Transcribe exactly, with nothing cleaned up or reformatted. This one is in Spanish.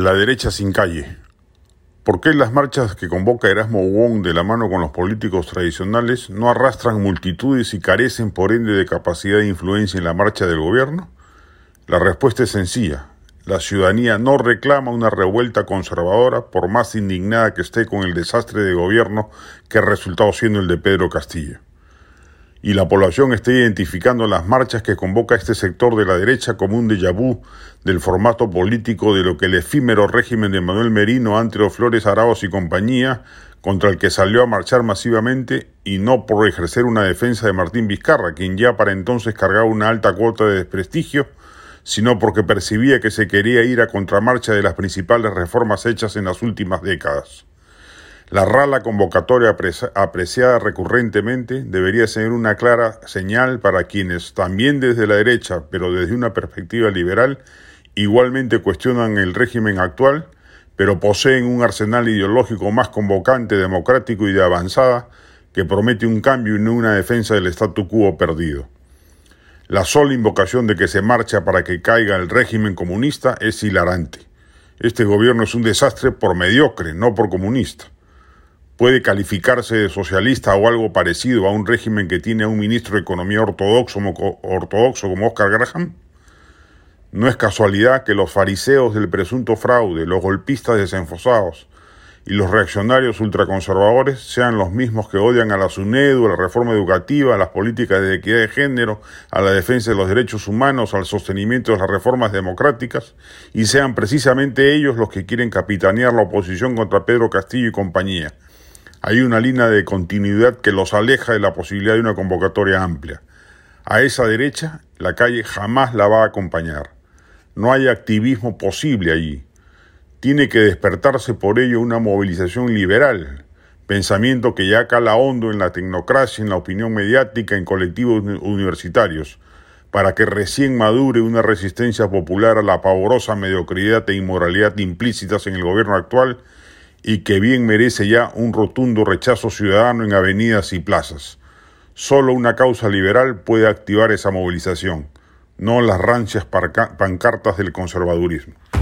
La derecha sin calle. ¿Por qué las marchas que convoca Erasmo Wong de la mano con los políticos tradicionales no arrastran multitudes y carecen por ende de capacidad de influencia en la marcha del gobierno? La respuesta es sencilla. La ciudadanía no reclama una revuelta conservadora por más indignada que esté con el desastre de gobierno que ha resultado siendo el de Pedro Castillo. Y la población está identificando las marchas que convoca este sector de la derecha como un déjà vu del formato político de lo que el efímero régimen de Manuel Merino, Antero Flores Arauz y compañía, contra el que salió a marchar masivamente, y no por ejercer una defensa de Martín Vizcarra, quien ya para entonces cargaba una alta cuota de desprestigio, sino porque percibía que se quería ir a contramarcha de las principales reformas hechas en las últimas décadas. La rala convocatoria apreciada recurrentemente debería ser una clara señal para quienes, también desde la derecha, pero desde una perspectiva liberal, igualmente cuestionan el régimen actual, pero poseen un arsenal ideológico más convocante, democrático y de avanzada, que promete un cambio y no una defensa del statu quo perdido. La sola invocación de que se marcha para que caiga el régimen comunista es hilarante. Este gobierno es un desastre por mediocre, no por comunista. ¿Puede calificarse de socialista o algo parecido a un régimen que tiene a un ministro de Economía ortodoxo, ortodoxo como Oscar Graham? No es casualidad que los fariseos del presunto fraude, los golpistas desenfosados y los reaccionarios ultraconservadores sean los mismos que odian a la SUNEDU, a la reforma educativa, a las políticas de equidad de género, a la defensa de los derechos humanos, al sostenimiento de las reformas democráticas, y sean precisamente ellos los que quieren capitanear la oposición contra Pedro Castillo y compañía. Hay una línea de continuidad que los aleja de la posibilidad de una convocatoria amplia. A esa derecha, la calle jamás la va a acompañar. No hay activismo posible allí. Tiene que despertarse por ello una movilización liberal, pensamiento que ya cala hondo en la tecnocracia, en la opinión mediática, en colectivos universitarios, para que recién madure una resistencia popular a la pavorosa mediocridad e inmoralidad implícitas en el gobierno actual, y que bien merece ya un rotundo rechazo ciudadano en avenidas y plazas. Solo una causa liberal puede activar esa movilización, no las rancias pancartas del conservadurismo.